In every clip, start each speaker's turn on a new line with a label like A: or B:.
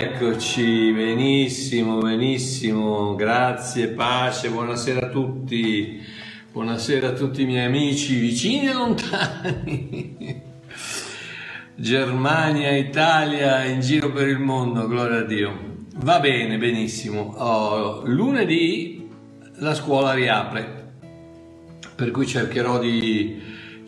A: Eccoci, benissimo, grazie, pace, buonasera a tutti i miei amici vicini e lontani, Germania, Italia, in giro per il mondo, gloria a Dio. Va bene, benissimo. Lunedì la scuola riapre, per cui cercherò di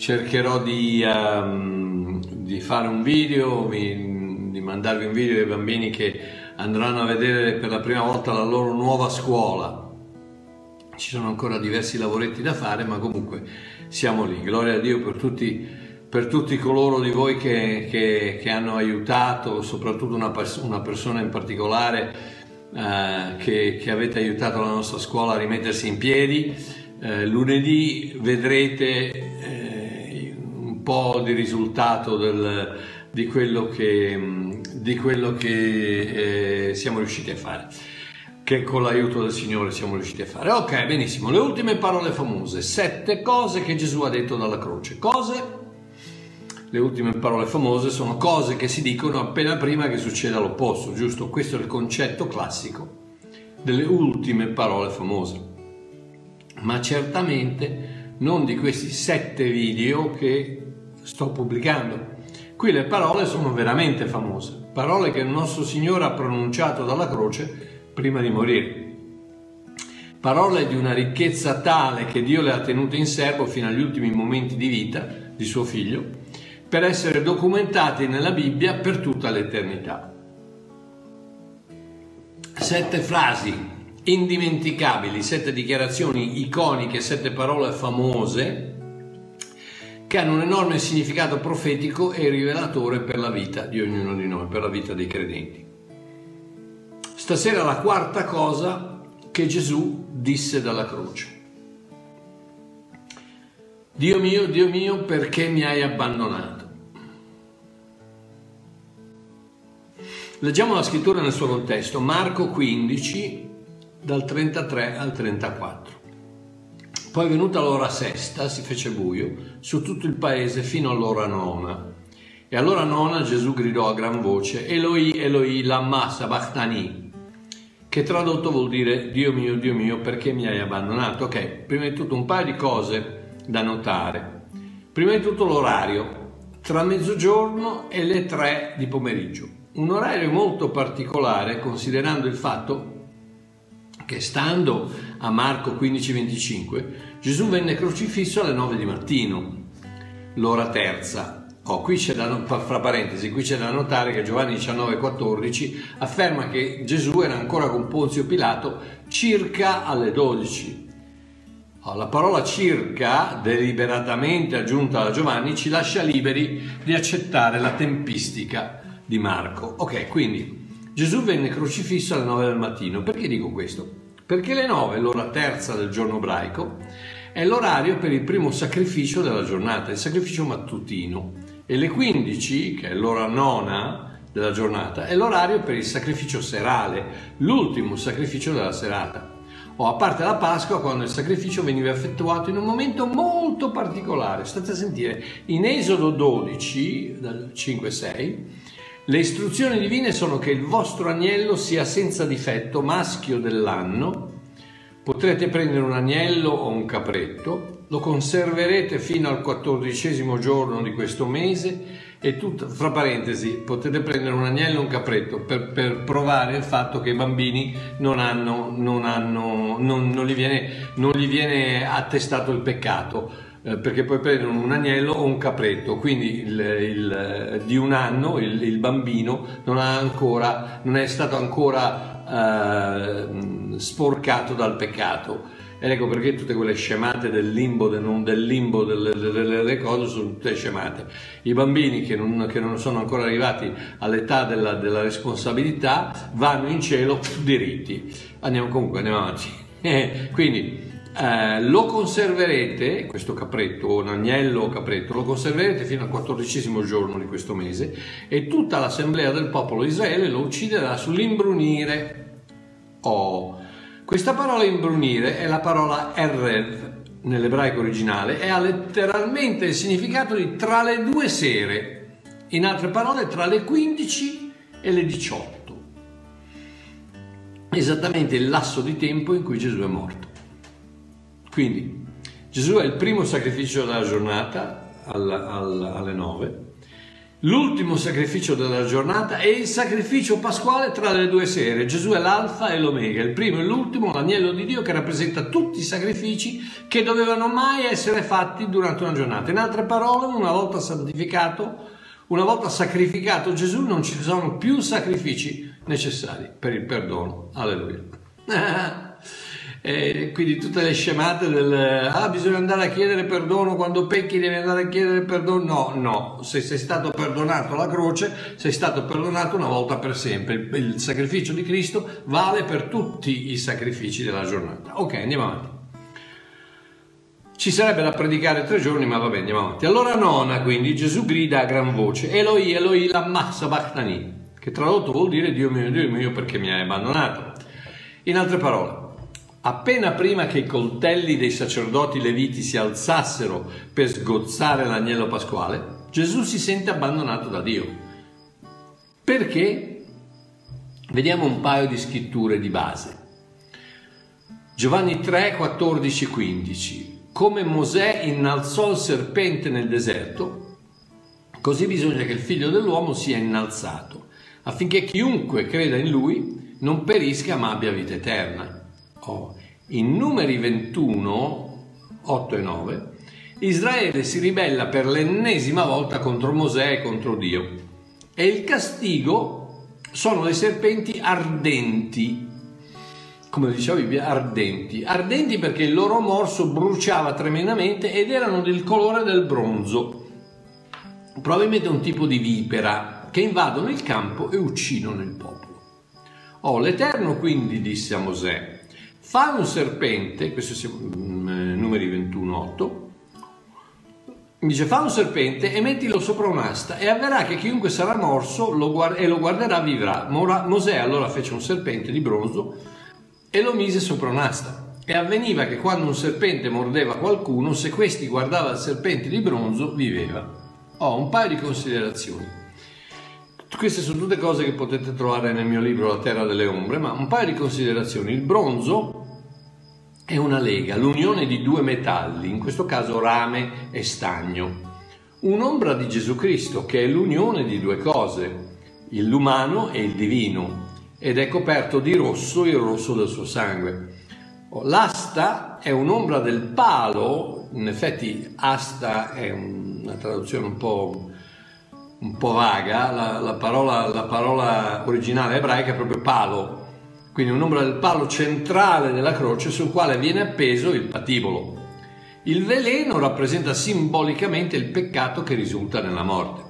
A: fare un video, di mandarvi un video ai bambini che andranno a vedere per la prima volta la loro nuova scuola. Ci sono ancora diversi lavoretti da fare, ma comunque siamo lì. Gloria a Dio per tutti coloro di voi che hanno aiutato, soprattutto una persona in particolare che avete aiutato la nostra scuola a rimettersi in piedi. Lunedì vedrete un po' di risultato di quello che siamo riusciti a fare, che con l'aiuto del Signore siamo riusciti a fare. Ok, benissimo. Le ultime parole famose, 7 cose che Gesù ha detto dalla croce. Le ultime parole famose sono cose che si dicono appena prima che succeda l'opposto, giusto? Questo è il concetto classico delle ultime parole famose, ma certamente non di questi 7 video che sto pubblicando. Qui le parole sono veramente famose, parole che il nostro Signore ha pronunciato dalla croce prima di morire. Parole di una ricchezza tale che Dio le ha tenute in serbo fino agli ultimi momenti di vita di suo Figlio, per essere documentate nella Bibbia per tutta l'eternità. 7 frasi indimenticabili, 7 dichiarazioni iconiche, 7 parole famose che hanno un enorme significato profetico e rivelatore per la vita di ognuno di noi, per la vita dei credenti. Stasera la quarta cosa che Gesù disse dalla croce. Dio mio, perché mi hai abbandonato? Leggiamo la scrittura nel suo contesto, Marco 15, dal 33 al 34. Poi venuta l'ora sesta, si fece buio su tutto il paese fino all'ora nona. E all'ora nona Gesù gridò a gran voce, Eloi, Eloi, lama sabachthani, che tradotto vuol dire Dio mio, perché mi hai abbandonato? Ok, prima di tutto un paio di cose da notare. Prima di tutto l'orario, tra mezzogiorno e le 3 di pomeriggio. Un orario molto particolare, considerando il fatto che stando a Marco 15:25 Gesù venne crocifisso alle 9 di mattino, l'ora terza. Qui c'è fra parentesi, qui c'è da notare che Giovanni 19:14 afferma che Gesù era ancora con Ponzio Pilato circa alle 12. La parola circa, deliberatamente aggiunta da Giovanni, ci lascia liberi di accettare la tempistica di Marco. Ok, quindi Gesù venne crocifisso alle 9 del mattino. Perché dico questo? Perché le 9, l'ora terza del giorno ebraico, è l'orario per il primo sacrificio della giornata, il sacrificio mattutino, e le 15, che è l'ora nona della giornata, è l'orario per il sacrificio serale, l'ultimo sacrificio della serata. A parte la Pasqua, quando il sacrificio veniva effettuato in un momento molto particolare. State a sentire, in Esodo 12, dal 5-6, le istruzioni divine sono che il vostro agnello sia senza difetto, maschio dell'anno. Potrete prendere un agnello o un capretto, lo conserverete fino al 14° giorno di questo mese e fra parentesi, potete prendere un agnello o un capretto per provare il fatto che i bambini non gli viene attestato il peccato. Perché puoi prendere un agnello o un capretto, quindi di un anno il bambino non è stato ancora sporcato dal peccato. Ed ecco perché tutte quelle scemate del limbo delle cose sono tutte scemate. I bambini che non sono ancora arrivati all'età della responsabilità vanno in cielo diritti. Andiamo avanti. Quindi lo conserverete, questo capretto, un agnello o capretto, lo conserverete fino al 14° giorno di questo mese e tutta l'assemblea del popolo di Israele lo ucciderà sull'imbrunire. Questa parola imbrunire è la parola erev nell'ebraico originale e ha letteralmente il significato di tra le 2 sere, in altre parole tra le 15 e le 18. esattamente il lasso di tempo in cui Gesù è morto. Quindi Gesù è il primo sacrificio della giornata alle 9, l'ultimo sacrificio della giornata e il sacrificio pasquale tra le due sere. Gesù è l'alfa e l'omega, il primo e l'ultimo, l'agnello di Dio che rappresenta tutti i sacrifici che dovevano mai essere fatti durante una giornata. In altre parole, una volta sacrificato Gesù, non ci sono più sacrifici necessari per il perdono. Alleluia. E quindi tutte le scemate bisogna andare a chiedere perdono quando pecchi, devi andare a chiedere perdono. No, se sei stato perdonato alla croce, sei stato perdonato una volta per sempre. Il sacrificio di Cristo vale per tutti i sacrifici della giornata. Ok, andiamo avanti. Ci sarebbe da predicare 3 giorni, ma va bene, andiamo avanti. Allora nona, quindi, Gesù grida a gran voce: Eloi, Eloi, lama sabachthani, che tradotto vuol dire Dio mio, perché mi hai abbandonato. In altre parole, appena prima che i coltelli dei sacerdoti leviti si alzassero per sgozzare l'agnello pasquale, Gesù si sente abbandonato da Dio. Perché? Vediamo un paio di scritture di base. Giovanni 3, 14, 15. Come Mosè innalzò il serpente nel deserto, così bisogna che il figlio dell'uomo sia innalzato, affinché chiunque creda in lui non perisca ma abbia vita eterna. In Numeri 21, 8 e 9, Israele si ribella per l'ennesima volta contro Mosè e contro Dio, e il castigo sono le serpenti ardenti, come diceva la Bibbia, ardenti perché il loro morso bruciava tremendamente ed erano del colore del bronzo, probabilmente un tipo di vipera, che invadono il campo e uccidono il popolo. L'Eterno quindi disse a Mosè: fa un serpente, questo è Numeri 21:8, dice: fa un serpente e mettilo sopra un'asta e avverrà che chiunque sarà morso lo guarderà vivrà. Mosè allora fece un serpente di bronzo e lo mise sopra un'asta. E avveniva che quando un serpente mordeva qualcuno, se questi guardava il serpente di bronzo, viveva. Un paio di considerazioni. Queste sono tutte cose che potete trovare nel mio libro La Terra delle Ombre, ma un paio di considerazioni. Il bronzo è una lega, l'unione di 2 metalli, in questo caso rame e stagno. Un'ombra di Gesù Cristo, che è l'unione di 2 cose, l'umano e il divino, ed è coperto di rosso, il rosso del suo sangue. L'asta è un'ombra del palo, in effetti asta è una traduzione un po' vaga, la parola originale ebraica è proprio palo, quindi un'ombra del palo centrale della croce sul quale viene appeso il patibolo. Il veleno rappresenta simbolicamente il peccato che risulta nella morte.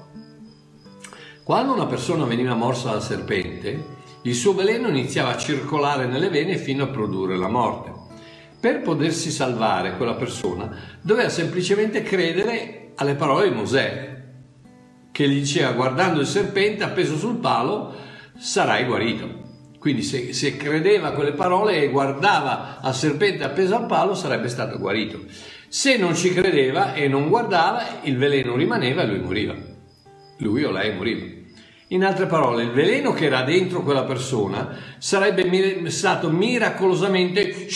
A: Quando una persona veniva morsa dal serpente, il suo veleno iniziava a circolare nelle vene fino a produrre la morte. Per potersi salvare quella persona doveva semplicemente credere alle parole di Mosè, che gli diceva: guardando il serpente appeso sul palo sarai guarito. Quindi se credeva a quelle parole e guardava al serpente appeso al palo, sarebbe stato guarito. Se non ci credeva e non guardava, il veleno rimaneva e lui moriva. Lui o lei moriva. In altre parole, il veleno che era dentro quella persona sarebbe stato miracolosamente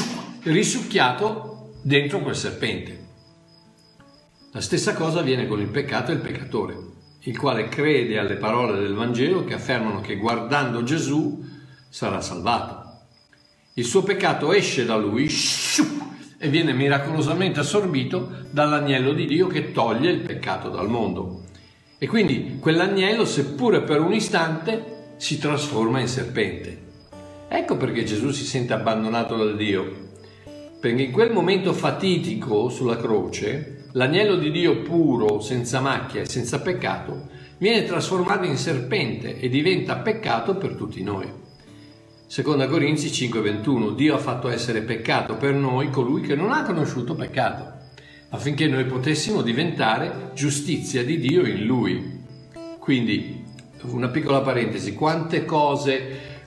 A: risucchiato dentro quel serpente. La stessa cosa avviene con il peccato e il peccatore, il quale crede alle parole del Vangelo che affermano che guardando Gesù sarà salvato. Il suo peccato esce da lui e viene miracolosamente assorbito dall'agnello di Dio che toglie il peccato dal mondo. E quindi quell'agnello, seppure per un istante, si trasforma in serpente. Ecco perché Gesù si sente abbandonato da Dio, perché in quel momento fatitico sulla croce, l'agnello di Dio puro, senza macchia e senza peccato, viene trasformato in serpente e diventa peccato per tutti noi. Seconda Corinzi 5,21: Dio ha fatto essere peccato per noi colui che non ha conosciuto peccato, affinché noi potessimo diventare giustizia di Dio in Lui. Quindi, una piccola parentesi: quante cose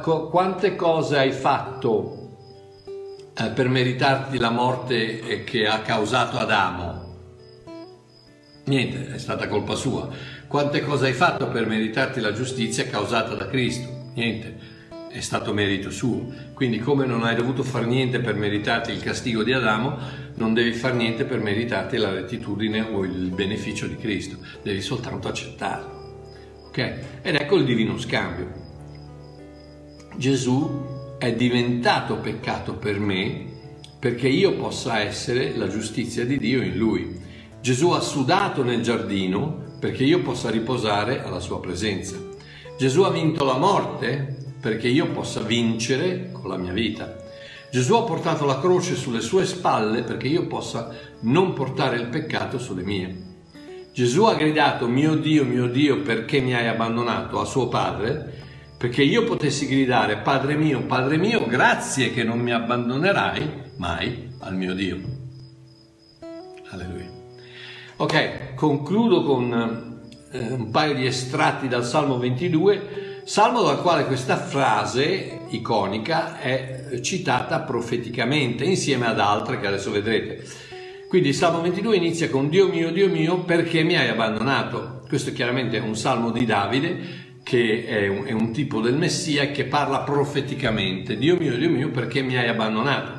A: hai fatto per meritarti la morte che ha causato Adamo? Niente, è stata colpa sua. Quante cose hai fatto per meritarti la giustizia causata da Cristo? Niente, è stato merito suo. Quindi come non hai dovuto fare niente per meritarti il castigo di Adamo, non devi fare niente per meritarti la rettitudine o il beneficio di Cristo, devi soltanto accettarlo. Ok? Ed ecco il divino scambio. Gesù è diventato peccato per me perché io possa essere la giustizia di Dio in Lui. Gesù ha sudato nel giardino perché io possa riposare alla sua presenza. Gesù ha vinto la morte perché io possa vincere con la mia vita. Gesù ha portato la croce sulle sue spalle perché io possa non portare il peccato sulle mie. Gesù ha gridato mio Dio, perché mi hai abbandonato a suo Padre, perché io potessi gridare Padre mio, grazie che non mi abbandonerai mai al mio Dio. Alleluia. Ok, concludo con un paio di estratti dal Salmo 22, salmo dal quale questa frase iconica è citata profeticamente insieme ad altre che adesso vedrete. Quindi il Salmo 22 inizia con Dio mio, perché mi hai abbandonato? Questo chiaramente è un salmo di Davide, che è un tipo del Messia e che parla profeticamente. Dio mio, perché mi hai abbandonato?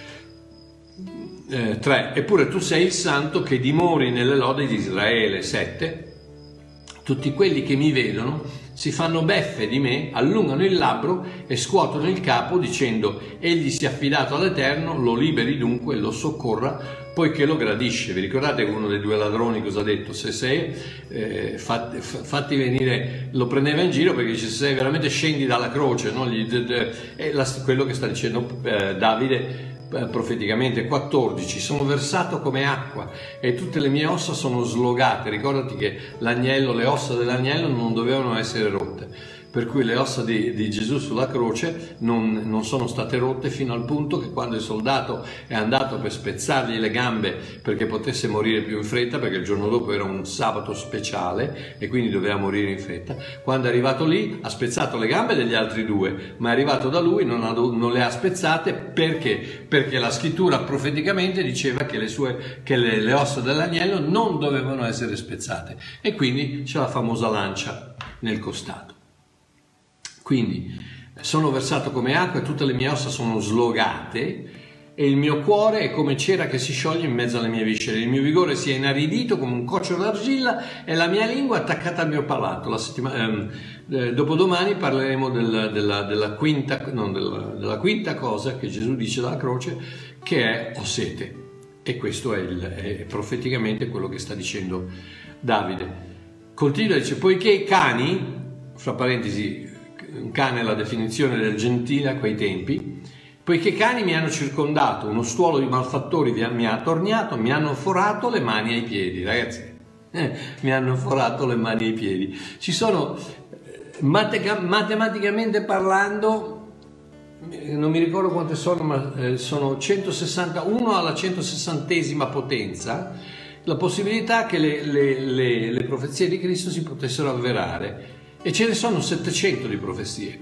A: 3. Eppure tu sei il santo che dimori nelle lodi di Israele. 7. Tutti quelli che mi vedono si fanno beffe di me, allungano il labbro e scuotono il capo dicendo egli si è affidato all'Eterno, lo liberi dunque e lo soccorra poiché lo gradisce. Vi ricordate uno dei due ladroni cosa ha detto? Se sei fatti venire, lo prendeva in giro perché dice se sei veramente scendi dalla croce, no? Quello che sta dicendo Davide profeticamente. 14. Sono versato come acqua e tutte le mie ossa sono slogate. Ricordati che le ossa dell'agnello non dovevano essere rotte, per cui le ossa di Gesù sulla croce non sono state rotte fino al punto che quando il soldato è andato per spezzargli le gambe perché potesse morire più in fretta, perché il giorno dopo era un sabato speciale e quindi doveva morire in fretta, quando è arrivato lì ha spezzato le gambe degli altri due, ma è arrivato da lui, non le ha spezzate. Perché? Perché la scrittura profeticamente diceva che le ossa dell'agnello non dovevano essere spezzate, e quindi c'è la famosa lancia nel costato. Quindi sono versato come acqua e tutte le mie ossa sono slogate e il mio cuore è come cera che si scioglie in mezzo alle mie viscere. Il mio vigore si è inaridito come un coccio d'argilla e la mia lingua attaccata al mio palato. Dopodomani parleremo della quinta cosa che Gesù dice dalla croce, che è ho sete. E questo è profeticamente quello che sta dicendo Davide. Continua e dice poiché i cani, fra parentesi, un cane è la definizione del gentile a quei tempi, poiché i cani mi hanno circondato, uno stuolo di malfattori mi ha attorniato, mi hanno forato le mani ai piedi. Ragazzi, mi hanno forato le mani ai piedi. Ci sono, matematicamente parlando, non mi ricordo quante sono, ma sono 161 alla 160esima potenza, la possibilità che le profezie di Cristo si potessero avverare. E ce ne sono 700 di profezie.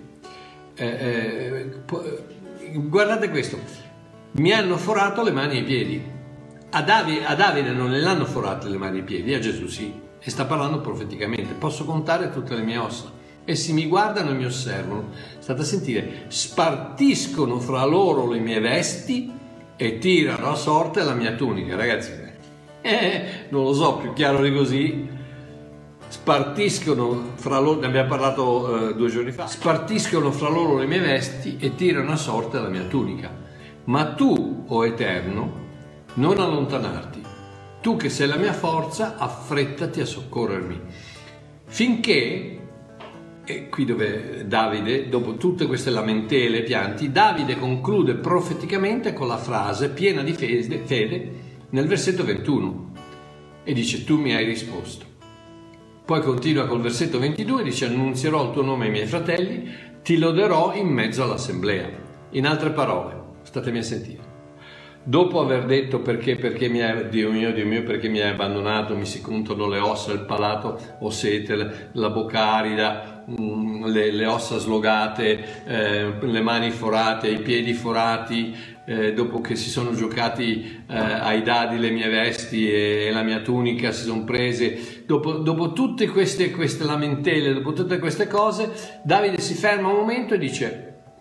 A: Guardate questo, mi hanno forato le mani e i piedi. A Davide non le hanno forate le mani e i piedi, a Gesù sì, e sta parlando profeticamente. Posso contare tutte le mie ossa. Essi mi guardano e mi osservano. State a sentire, spartiscono fra loro le mie vesti e tirano a sorte la mia tunica. Ragazzi, non lo so, più chiaro di così. Spartiscono fra loro, ne abbiamo parlato 2 giorni fa, spartiscono fra loro le mie vesti e tirano a sorte la mia tunica. Ma tu, o Eterno, non allontanarti, tu che sei la mia forza, affrettati a soccorrermi. Finché, e qui dove Davide, dopo tutte queste lamentele e pianti, Davide conclude profeticamente con la frase piena di fede nel versetto 21 e dice tu mi hai risposto. Poi continua col versetto 22, dice annunzierò il tuo nome ai miei fratelli, ti loderò in mezzo all'assemblea. In altre parole, statemi a sentire, dopo aver detto perché Dio mio, perché mi hai abbandonato, mi si contano le ossa, il palato ho sete, la bocca arida, le ossa slogate, le mani forate, i piedi forati, dopo che si sono giocati ai dadi le mie vesti e la mia tunica si sono prese, dopo tutte queste lamentele, dopo tutte queste cose, Davide si ferma un momento e dice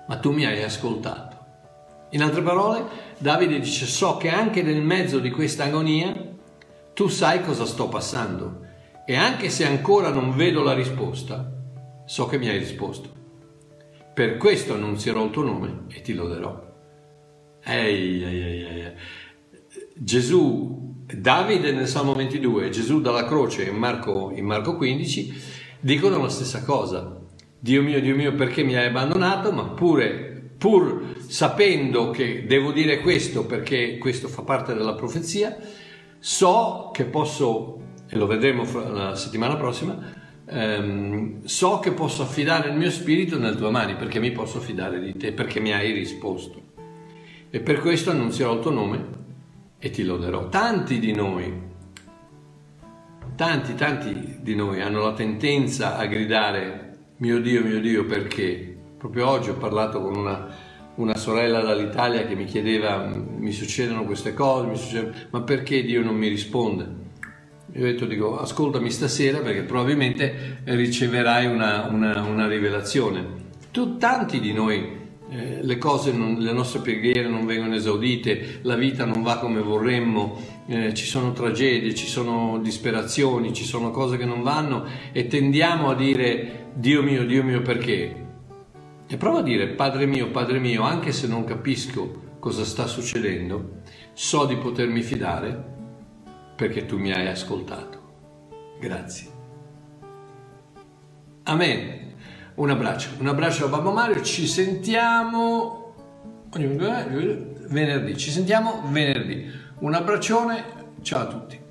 A: ma tu mi hai ascoltato. In altre parole, Davide dice: so che anche nel mezzo di questa agonia tu sai cosa sto passando, e anche se ancora non vedo la risposta, so che mi hai risposto. Per questo annunzierò il tuo nome e ti loderò. Gesù, Davide nel Salmo 22, Gesù dalla croce in Marco 15 dicono la stessa cosa. Dio mio, perché mi hai abbandonato? Ma pur sapendo che devo dire questo, perché questo fa parte della profezia, so che posso, e lo vedremo la settimana prossima, so che posso affidare il mio spirito nelle tue mani, perché mi posso fidare di te, perché mi hai risposto. E per questo annunzierò il tuo nome e ti loderò. Tanti di noi hanno la tendenza a gridare: mio Dio, perché? Proprio oggi ho parlato con una sorella dall'Italia che mi chiedeva: mi succedono queste cose, ma perché Dio non mi risponde? Io ho detto, ascoltami stasera, perché probabilmente riceverai una rivelazione. Tanti di noi, le nostre preghiere non vengono esaudite, la vita non va come vorremmo, ci sono tragedie, ci sono disperazioni, ci sono cose che non vanno, e tendiamo a dire: Dio mio, perché? E prova a dire: Padre mio, anche se non capisco cosa sta succedendo, so di potermi fidare perché tu mi hai ascoltato. Grazie. Amen. Un abbraccio da Babbo Mario. Ci sentiamo venerdì. Un abbraccione. Ciao a tutti.